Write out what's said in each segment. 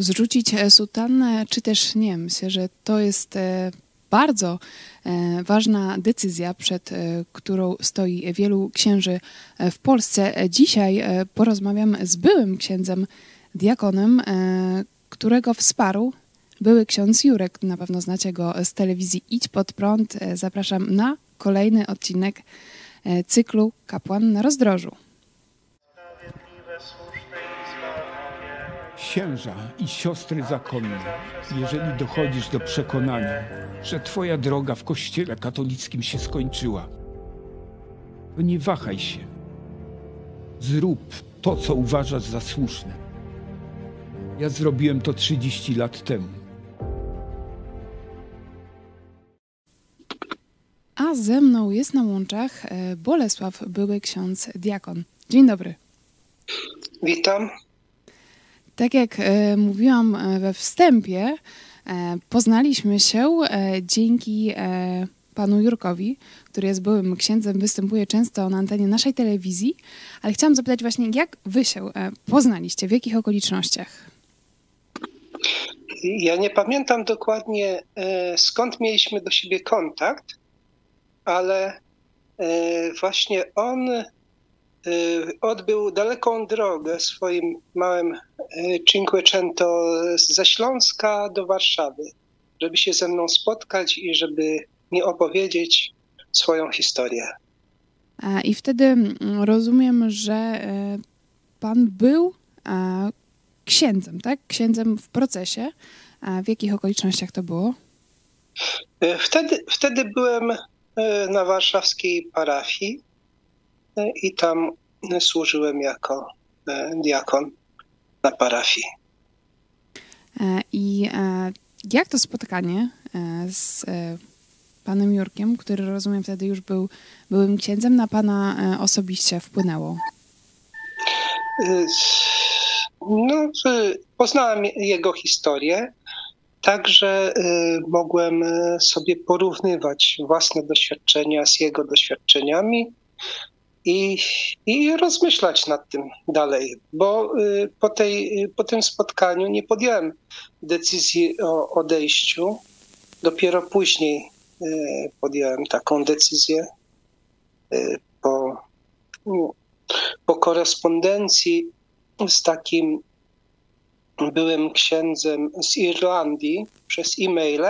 zrzucić sutannę, czy też nie. Myślę, że to jest bardzo ważna decyzja, przed którą stoi wielu księży w Polsce. Dzisiaj porozmawiam z byłym księdzem diakonem, którego wsparł były ksiądz Jurek. Na pewno znacie go z telewizji Idź Pod Prąd. Zapraszam na kolejny odcinek cyklu Kapłan na Rozdrożu. Księża i siostry zakonne, jeżeli dochodzisz do przekonania, że twoja droga w Kościele katolickim się skończyła, to nie wahaj się. Zrób to, co uważasz za słuszne. Ja zrobiłem to 30 lat temu. A ze mną jest na łączach Bolesław, były ksiądz diakon. Dzień dobry. Witam. Tak jak mówiłam we wstępie, poznaliśmy się dzięki panu Jurkowi, który jest byłym księdzem, występuje często na antenie naszej telewizji, ale chciałam zapytać właśnie, jak wy się poznaliście, w jakich okolicznościach? Ja nie pamiętam dokładnie, skąd mieliśmy do siebie kontakt, ale właśnie on odbył daleką drogę swoim małym Cinquecento ze Śląska do Warszawy, żeby się ze mną spotkać i żeby mi opowiedzieć swoją historię. I wtedy rozumiem, że pan był księdzem, tak? Księdzem w procesie. A w jakich okolicznościach to było? Wtedy byłem na warszawskiej parafii i tam służyłem jako diakon na parafii. I jak to spotkanie z panem Jurkiem, który rozumiem wtedy już był byłym księdzem, na pana osobiście wpłynęło? No, poznałem jego historię, także mogłem sobie porównywać własne doświadczenia z jego doświadczeniami i rozmyślać nad tym dalej, bo po tym spotkaniu nie podjąłem decyzji o odejściu. Dopiero później podjąłem taką decyzję po korespondencji z takim byłym księdzem z Irlandii przez e-maile,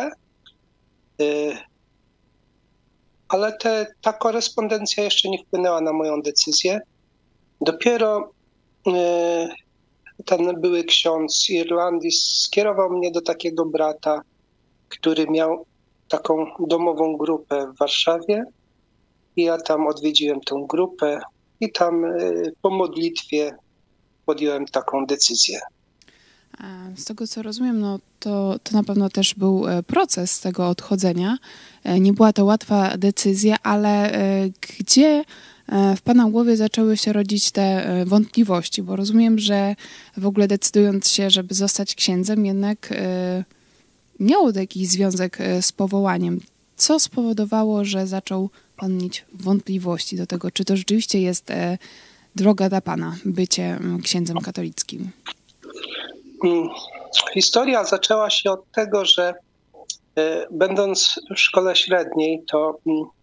ale ta korespondencja jeszcze nie wpłynęła na moją decyzję. Dopiero ten były ksiądz z Irlandii skierował mnie do takiego brata, który miał taką domową grupę w Warszawie. I ja tam odwiedziłem tę grupę i tam po modlitwie podjąłem taką decyzję. Z tego, co rozumiem, no to na pewno też był proces tego odchodzenia. Nie była to łatwa decyzja, ale gdzie w pana głowie zaczęły się rodzić te wątpliwości? Bo rozumiem, że w ogóle decydując się, żeby zostać księdzem, jednak miało to jakiś związek z powołaniem. Co spowodowało, że zaczął pan mieć wątpliwości do tego, czy to rzeczywiście jest droga dla pana, bycie księdzem katolickim? Historia zaczęła się od tego, że będąc w szkole średniej, to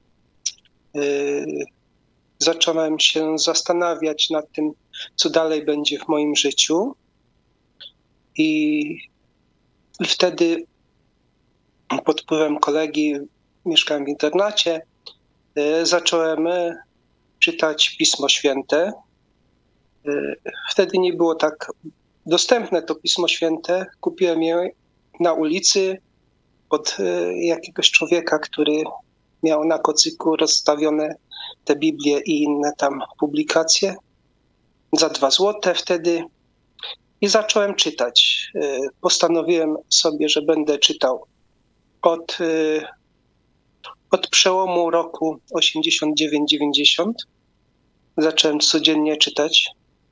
zacząłem się zastanawiać nad tym, co dalej będzie w moim życiu. I wtedy pod wpływem kolegi, mieszkałem w internacie, zacząłem czytać Pismo Święte. Wtedy nie było tak dostępne to Pismo Święte. Kupiłem je na ulicy od jakiegoś człowieka, który miał na kocyku rozstawione te Biblie i inne tam publikacje za 2 złote wtedy i zacząłem czytać. Postanowiłem sobie, że będę czytał od przełomu roku 89-90. Zacząłem codziennie czytać.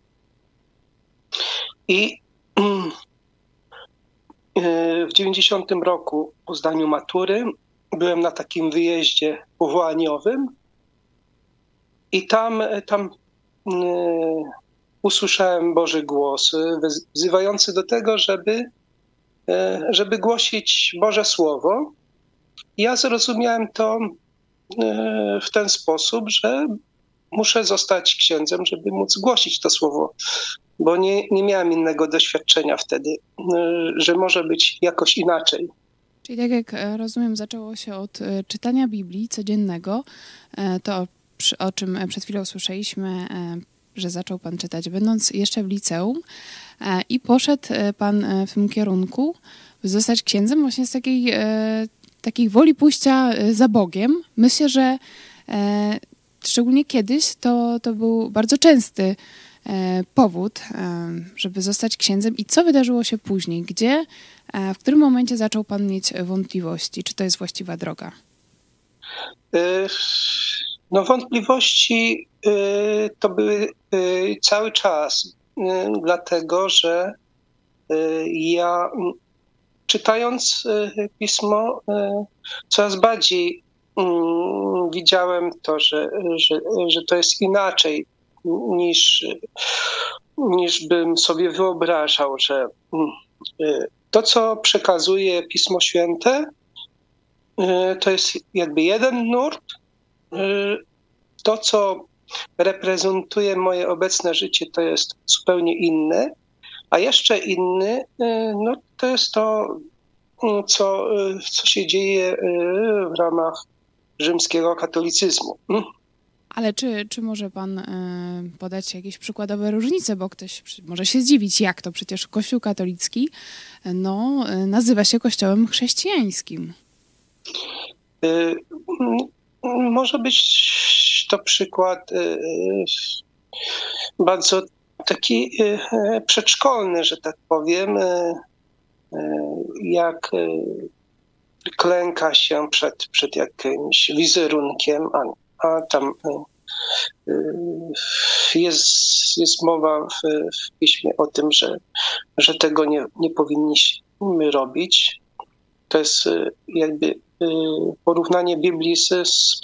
I w 90 roku po zdaniu matury byłem na takim wyjeździe powołaniowym i tam usłyszałem Boży głos wzywający do tego, żeby żeby głosić Boże Słowo. Ja zrozumiałem to w ten sposób, że muszę zostać księdzem, żeby móc głosić to słowo, bo nie miałem innego doświadczenia wtedy, że może być jakoś inaczej. Czyli tak jak rozumiem, zaczęło się od czytania Biblii codziennego, to o czym przed chwilą słyszeliśmy, że zaczął pan czytać, będąc jeszcze w liceum, i poszedł pan w tym kierunku, by zostać księdzem właśnie z takiej woli pójścia za Bogiem. Myślę, że szczególnie kiedyś to był bardzo częsty powód, żeby zostać księdzem. I co wydarzyło się później? W którym momencie zaczął pan mieć wątpliwości? Czy to jest właściwa droga? No wątpliwości to były cały czas, dlatego że ja czytając Pismo coraz bardziej widziałem to, że to jest inaczej niż bym sobie wyobrażał, że to, co przekazuje Pismo Święte, to jest jakby jeden nurt. To, co reprezentuje moje obecne życie, to jest zupełnie inne, a jeszcze inny, no to jest to, co się dzieje w ramach rzymskiego katolicyzmu. Ale czy może pan podać jakieś przykładowe różnice, bo ktoś może się zdziwić, jak to przecież Kościół katolicki nazywa się Kościołem chrześcijańskim. Może być to przykład bardzo taki przedszkolny, że tak powiem, jak klęka się przed jakimś wizerunkiem, a tam jest mowa w piśmie o tym, że tego nie powinniśmy robić. To jest jakby porównanie Biblii z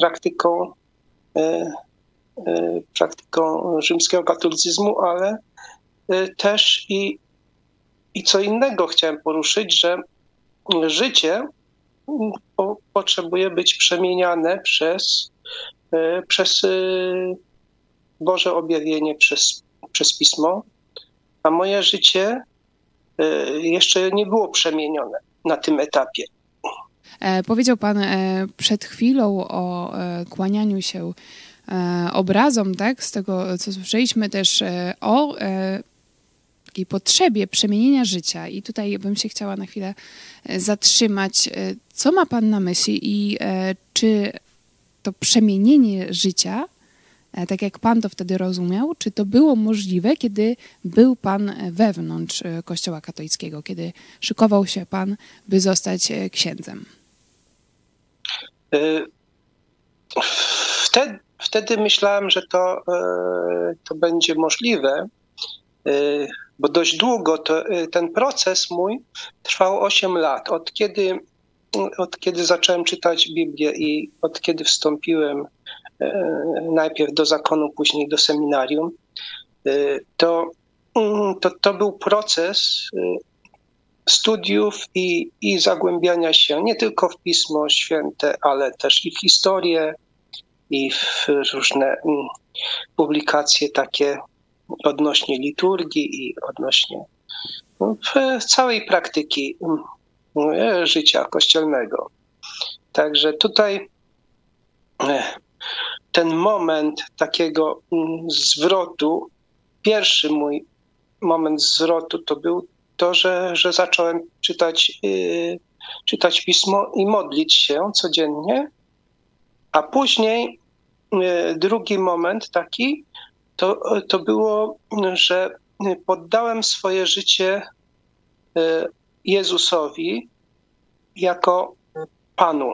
praktyką rzymskiego katolicyzmu, ale też i co innego chciałem poruszyć, że życie potrzebuje być przemieniane przez Boże objawienie, przez Pismo, a moje życie jeszcze nie było przemienione na tym etapie. Powiedział pan przed chwilą o kłanianiu się obrazom, tak? Z tego, co słyszeliśmy też o takiej potrzebie przemienienia życia. I tutaj bym się chciała na chwilę zatrzymać. Co ma pan na myśli i czy to przemienienie życia, tak jak pan to wtedy rozumiał, czy to było możliwe, kiedy był pan wewnątrz Kościoła katolickiego, kiedy szykował się pan, by zostać księdzem? Wtedy myślałem, że to będzie możliwe, bo dość długo ten proces mój trwał 8 lat. Od kiedy zacząłem czytać Biblię i od kiedy wstąpiłem najpierw do zakonu, później do seminarium, to był proces studiów i zagłębiania się nie tylko w Pismo Święte, ale też i w historię, i w różne publikacje takie odnośnie liturgii i odnośnie całej praktyki życia kościelnego. Także tutaj ten moment takiego zwrotu, pierwszy mój moment zwrotu to był to, że zacząłem czytać Pismo i modlić się codziennie, a później drugi moment taki to było, że poddałem swoje życie Jezusowi jako Panu.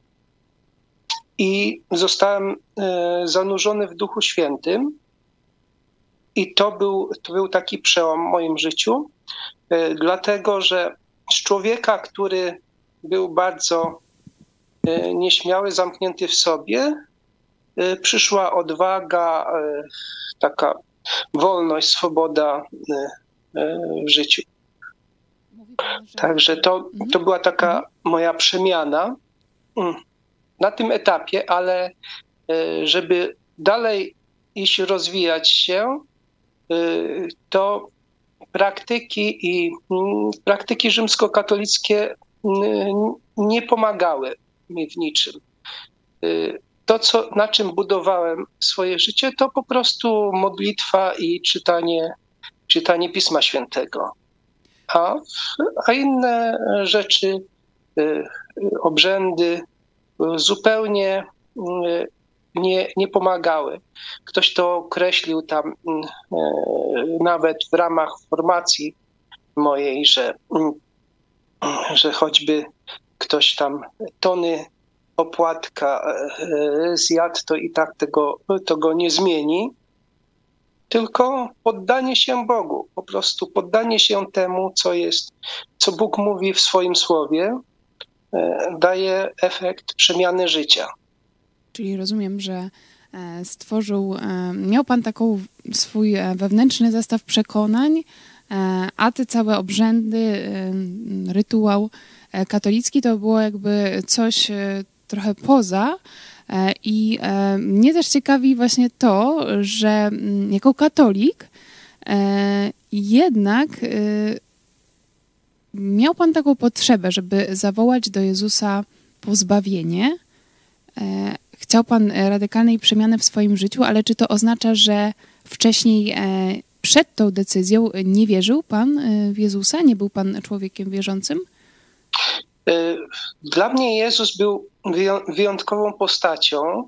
I zostałem zanurzony w Duchu Świętym. I to był taki przełom w moim życiu, dlatego że z człowieka, który był bardzo nieśmiały, zamknięty w sobie, przyszła odwaga, taka wolność, swoboda w życiu. Także to była taka moja przemiana na tym etapie, ale żeby dalej iść, rozwijać się, to praktyki rzymskokatolickie nie pomagały mi w niczym. To, na czym budowałem swoje życie, to po prostu modlitwa i czytanie Pisma Świętego. A inne rzeczy, obrzędy zupełnie nie pomagały. Ktoś to określił tam nawet w ramach formacji mojej, że choćby ktoś tam tony opłatka zjadł, to i tak to go nie zmieni, tylko poddanie się Bogu, po prostu poddanie się temu, co Bóg mówi w swoim słowie, daje efekt przemiany życia. Czyli rozumiem, że miał pan taką swój wewnętrzny zestaw przekonań, a te całe obrzędy, rytuał katolicki to było jakby coś trochę poza. I mnie też ciekawi właśnie to, że jako katolik jednak miał pan taką potrzebę, żeby zawołać do Jezusa pozbawienie. Chciał pan radykalnej przemiany w swoim życiu, ale czy to oznacza, że wcześniej przed tą decyzją nie wierzył pan w Jezusa? Nie był pan człowiekiem wierzącym? Dla mnie Jezus był wyjątkową postacią,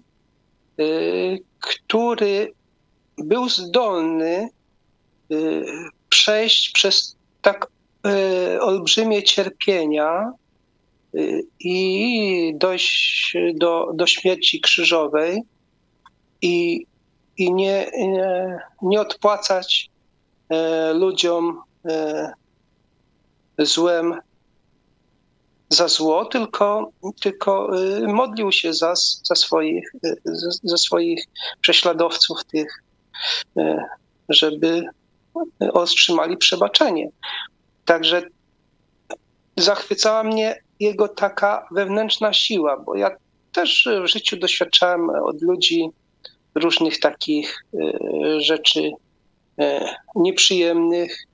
który był zdolny przejść przez tak olbrzymie cierpienia i dojść do śmierci krzyżowej i nie odpłacać ludziom złem za zło, tylko modlił się za swoich prześladowców tych, żeby otrzymali przebaczenie. Także zachwycała mnie jego taka wewnętrzna siła, bo ja też w życiu doświadczałem od ludzi różnych takich rzeczy nieprzyjemnych,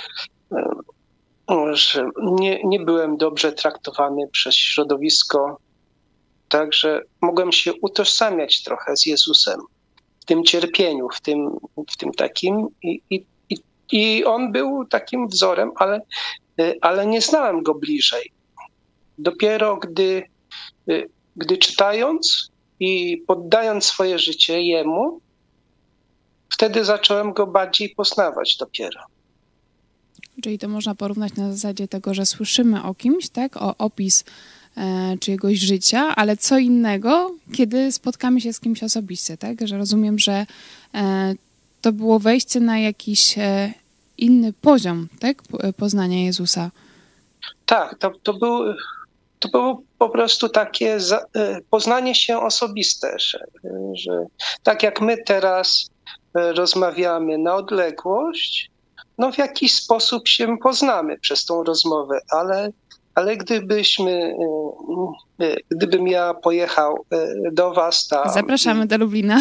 że nie byłem dobrze traktowany przez środowisko, także mogłem się utożsamiać trochę z Jezusem w tym cierpieniu, w tym takim i on był takim wzorem, ale nie znałem go bliżej. Dopiero gdy czytając i poddając swoje życie jemu, wtedy zacząłem go bardziej poznawać dopiero. Czyli to można porównać na zasadzie tego, że słyszymy o kimś, tak, o opis czyjegoś życia, ale co innego, kiedy spotkamy się z kimś osobiście, tak, że rozumiem, że to było wejście na jakiś inny poziom, tak, poznania Jezusa. Tak, to było po prostu takie poznanie się osobiste, że tak jak my teraz rozmawiamy na odległość, no w jakiś sposób się poznamy przez tą rozmowę, ale gdybym ja pojechał do was tam... Zapraszamy do Lublina.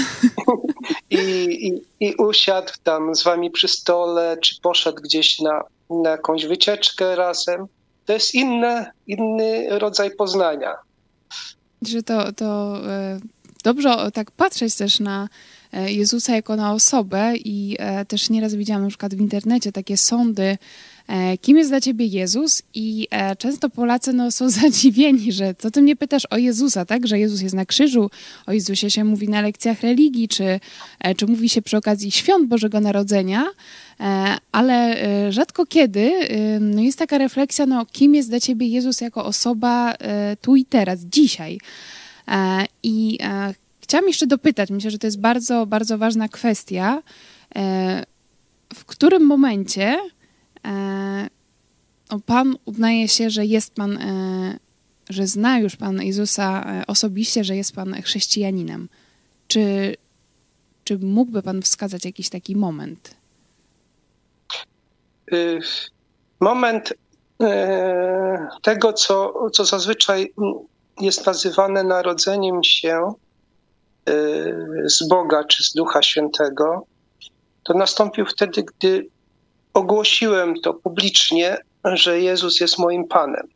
I usiadł tam z wami przy stole, czy poszedł gdzieś na jakąś wycieczkę razem, to jest inny rodzaj poznania. Że to dobrze tak patrzeć też na Jezusa jako na osobę i też nieraz widziałam na przykład w internecie takie sądy, kim jest dla ciebie Jezus i często Polacy są zadziwieni, że co ty mnie pytasz o Jezusa, tak, że Jezus jest na krzyżu, o Jezusie się mówi na lekcjach religii, czy mówi się przy okazji świąt Bożego Narodzenia, ale rzadko kiedy jest taka refleksja, kim jest dla ciebie Jezus jako osoba tu i teraz, dzisiaj. I chciałam jeszcze dopytać, myślę, że to jest bardzo, bardzo ważna kwestia, w którym momencie Pan uznaje się, że jest Pan, że zna już Pan Jezusa osobiście, że jest Pan chrześcijaninem. Czy mógłby Pan wskazać jakiś taki moment? Moment tego, co zazwyczaj jest nazywane narodzeniem się z Boga czy z Ducha Świętego, to nastąpił wtedy, gdy ogłosiłem to publicznie, że Jezus jest moim Panem.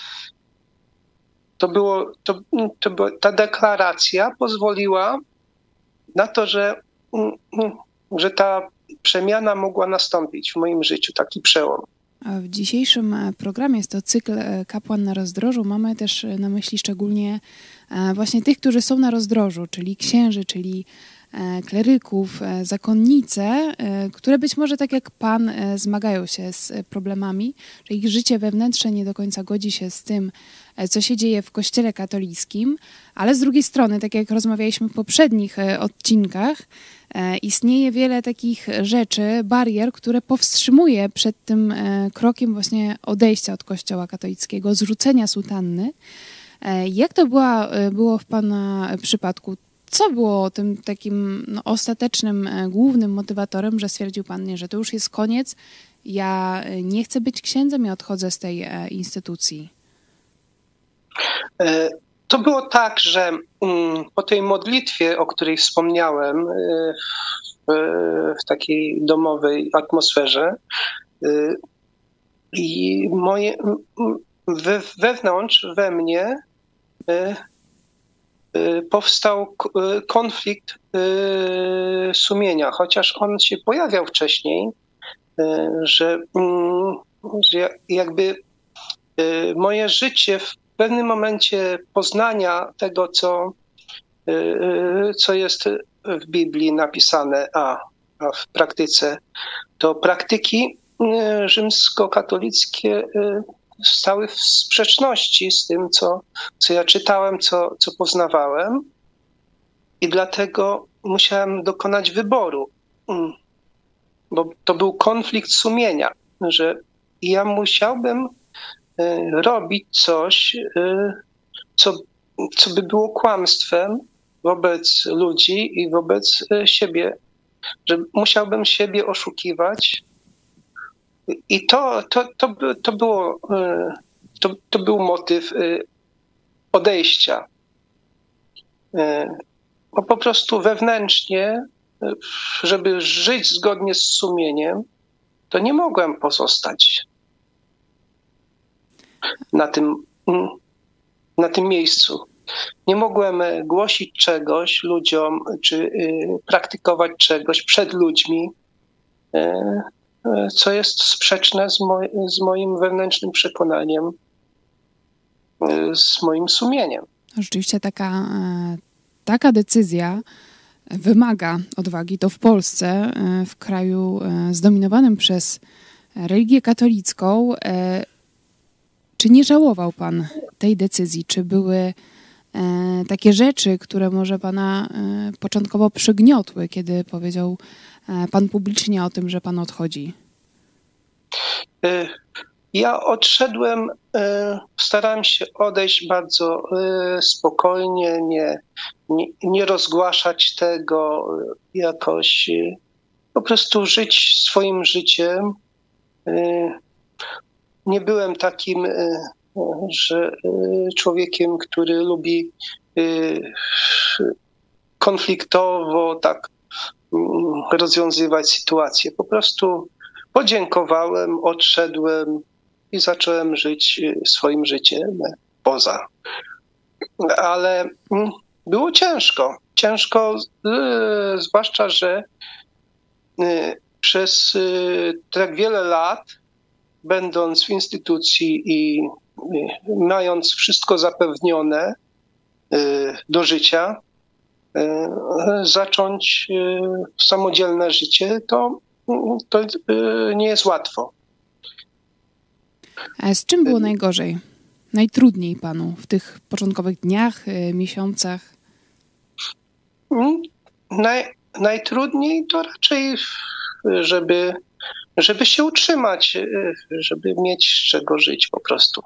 Ta deklaracja pozwoliła na to, że ta przemiana mogła nastąpić w moim życiu, taki przełom. W dzisiejszym programie, jest to cykl Kapłan na rozdrożu, mamy też na myśli szczególnie właśnie tych, którzy są na rozdrożu, czyli księży, czyli kleryków, zakonnice, które być może tak jak Pan zmagają się z problemami, że ich życie wewnętrzne nie do końca godzi się z tym, co się dzieje w Kościele katolickim, ale z drugiej strony, tak jak rozmawialiśmy w poprzednich odcinkach, istnieje wiele takich rzeczy, barier, które powstrzymuje przed tym krokiem właśnie odejścia od Kościoła katolickiego, zrzucenia sutanny. Jak to było w Pana przypadku? Co było tym takim ostatecznym, głównym motywatorem, że stwierdził Pan, nie, że to już jest koniec, ja nie chcę być księdzem i odchodzę z tej instytucji? To było tak, że po tej modlitwie, o której wspomniałem, w takiej domowej atmosferze, i wewnątrz we mnie powstał konflikt sumienia, chociaż on się pojawiał wcześniej, że jakby moje życie w pewnym momencie poznania tego, co jest w Biblii napisane, a w praktyce, to praktyki rzymskokatolickie stały w sprzeczności z tym, co ja czytałem, co poznawałem, i dlatego musiałem dokonać wyboru, bo to był konflikt sumienia, że ja musiałbym robić coś, co by było kłamstwem wobec ludzi i wobec siebie, że musiałbym siebie oszukiwać. I to był motyw odejścia. Bo po prostu wewnętrznie, żeby żyć zgodnie z sumieniem, to nie mogłem pozostać na tym miejscu. Nie mogłem głosić czegoś ludziom, czy praktykować czegoś przed ludźmi, co jest sprzeczne z moim wewnętrznym przekonaniem, z moim sumieniem. Rzeczywiście taka decyzja wymaga odwagi. To w Polsce, w kraju zdominowanym przez religię katolicką. Czy nie żałował Pan tej decyzji? Czy były takie rzeczy, które może Pana początkowo przygniotły, kiedy powiedział Pan publicznie o tym, że Pan odchodzi? Ja odszedłem, starałem się odejść bardzo spokojnie, nie rozgłaszać tego jakoś, po prostu żyć swoim życiem. Nie byłem takim człowiekiem, który lubi konfliktowo tak rozwiązywać sytuację. Po prostu podziękowałem, odszedłem i zacząłem żyć swoim życiem poza. Ale było ciężko. Ciężko, zwłaszcza, że przez tak wiele lat, będąc w instytucji i mając wszystko zapewnione do życia, zacząć samodzielne życie, to nie jest łatwo. A z czym było najgorzej? Najtrudniej Panu w tych początkowych dniach, miesiącach? Najtrudniej to raczej, żeby się utrzymać, żeby mieć z czego żyć po prostu.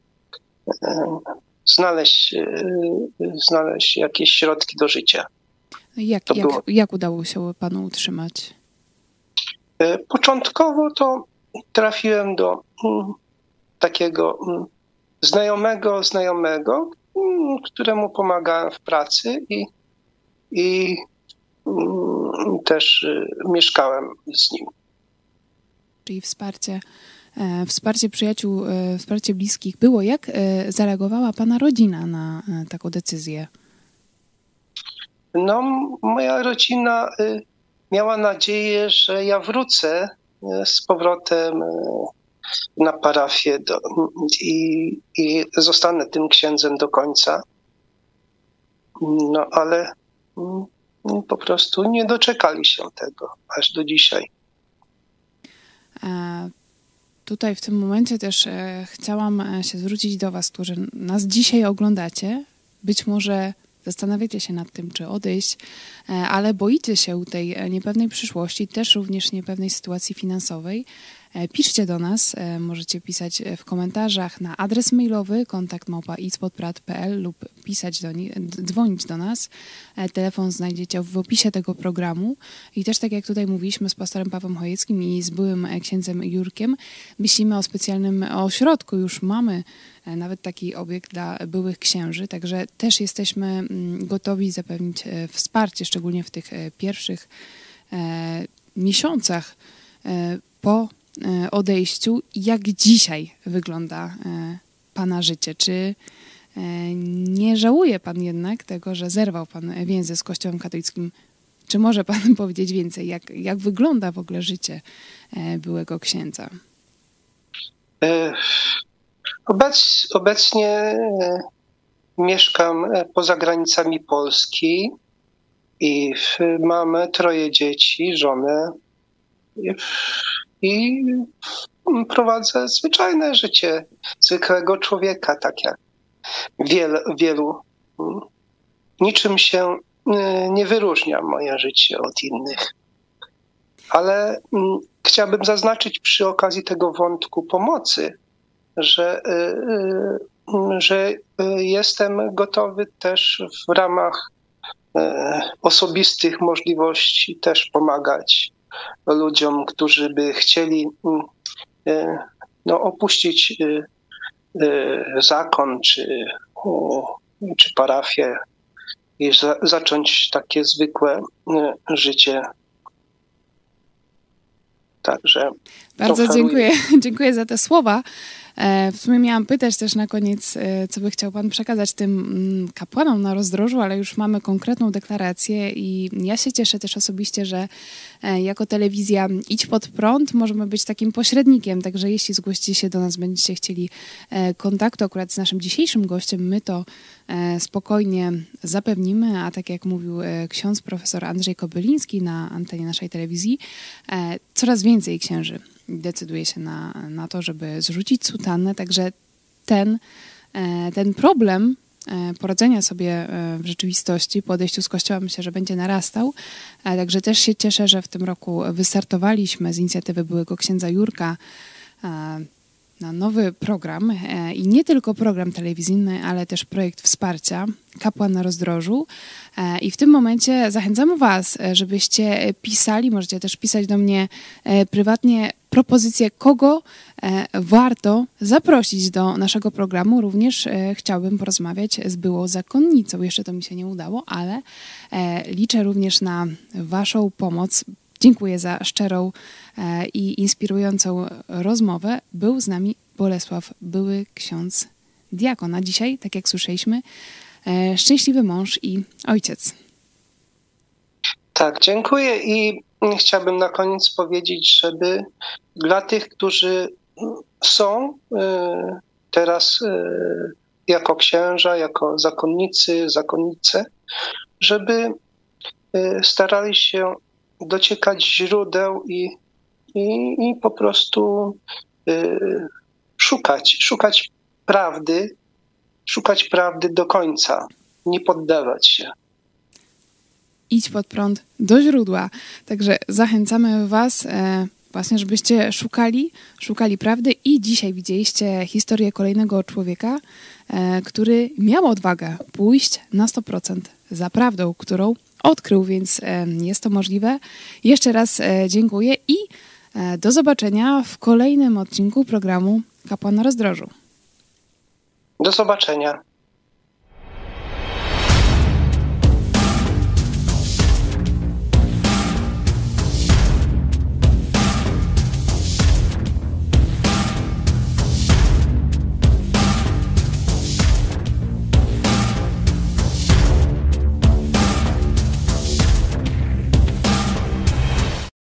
Znaleźć jakieś środki do życia. Jak udało się Panu utrzymać? Początkowo to trafiłem do takiego znajomego, któremu pomagałem w pracy i też mieszkałem z nim. Czyli wsparcie przyjaciół, wsparcie bliskich było. Jak zareagowała pana rodzina na taką decyzję? No, moja rodzina miała nadzieję, że ja wrócę z powrotem na parafię i zostanę tym księdzem do końca. No, ale po prostu nie doczekali się tego aż do dzisiaj. Tutaj w tym momencie też chciałam się zwrócić do was, którzy nas dzisiaj oglądacie. Być może zastanawiacie się nad tym, czy odejść, ale boicie się tej niepewnej przyszłości, też również niepewnej sytuacji finansowej. Piszcie do nas, możecie pisać w komentarzach na adres mailowy kontakt@idspodprat.pl lub dzwonić do nas. Telefon znajdziecie w opisie tego programu. I też tak jak tutaj mówiliśmy z pastorem Pawłem Chojeckim i z byłym księdzem Jurkiem, myślimy o specjalnym ośrodku. Już mamy nawet taki obiekt dla byłych księży, także też jesteśmy gotowi zapewnić wsparcie, szczególnie w tych pierwszych miesiącach po odejściu. Jak dzisiaj wygląda pana życie? Czy nie żałuje pan jednak tego, że zerwał pan więzy z Kościołem katolickim? Czy może pan powiedzieć więcej? Jak wygląda w ogóle życie byłego księdza? Obecnie mieszkam poza granicami Polski i mam 3 dzieci, żonę i prowadzę zwyczajne życie zwykłego człowieka, tak jak wielu. Niczym się nie wyróżnia moje życie od innych. Ale chciałbym zaznaczyć przy okazji tego wątku pomocy, że jestem gotowy też w ramach osobistych możliwości też pomagać ludziom, którzy by chcieli opuścić zakon czy parafię i zacząć takie zwykłe życie. Także bardzo dziękuję za te słowa. W sumie miałam pytać też na koniec, co by chciał pan przekazać tym kapłanom na rozdrożu, ale już mamy konkretną deklarację i ja się cieszę też osobiście, że jako telewizja Idź Pod Prąd możemy być takim pośrednikiem, także jeśli zgłosicie się do nas, będziecie chcieli kontaktu akurat z naszym dzisiejszym gościem, my to spokojnie zapewnimy, a tak jak mówił ksiądz profesor Andrzej Kobyliński na antenie naszej telewizji, coraz więcej księży decyduje się na to, żeby zrzucić sutannę, także ten problem poradzenia sobie w rzeczywistości po odejściu z Kościoła myślę, że będzie narastał. Także też się cieszę, że w tym roku wystartowaliśmy z inicjatywy byłego księdza Jurka na nowy program i nie tylko program telewizyjny, ale też projekt wsparcia Kapłan na rozdrożu. I w tym momencie zachęcamy was, żebyście pisali, możecie też pisać do mnie prywatnie propozycje, kogo warto zaprosić do naszego programu. Również chciałbym porozmawiać z byłą zakonnicą. Jeszcze to mi się nie udało, ale liczę również na waszą pomoc. Dziękuję za szczerą i inspirującą rozmowę. Był z nami Bolesław, były ksiądz diakon. A dzisiaj, tak jak słyszeliśmy, szczęśliwy mąż i ojciec. Tak, dziękuję i chciałbym na koniec powiedzieć, żeby dla tych, którzy są teraz jako księża, jako zakonnicy, zakonnice, żeby starali się dociekać źródeł i po prostu szukać prawdy do końca, nie poddawać się. Idź pod prąd do źródła. Także zachęcamy was właśnie, żebyście szukali prawdy i dzisiaj widzieliście historię kolejnego człowieka, który miał odwagę pójść na 100% za prawdą, którą odkrył, więc jest to możliwe. Jeszcze raz dziękuję i Do zobaczenia w kolejnym odcinku programu Kapłan na Rozdrożu. Do zobaczenia.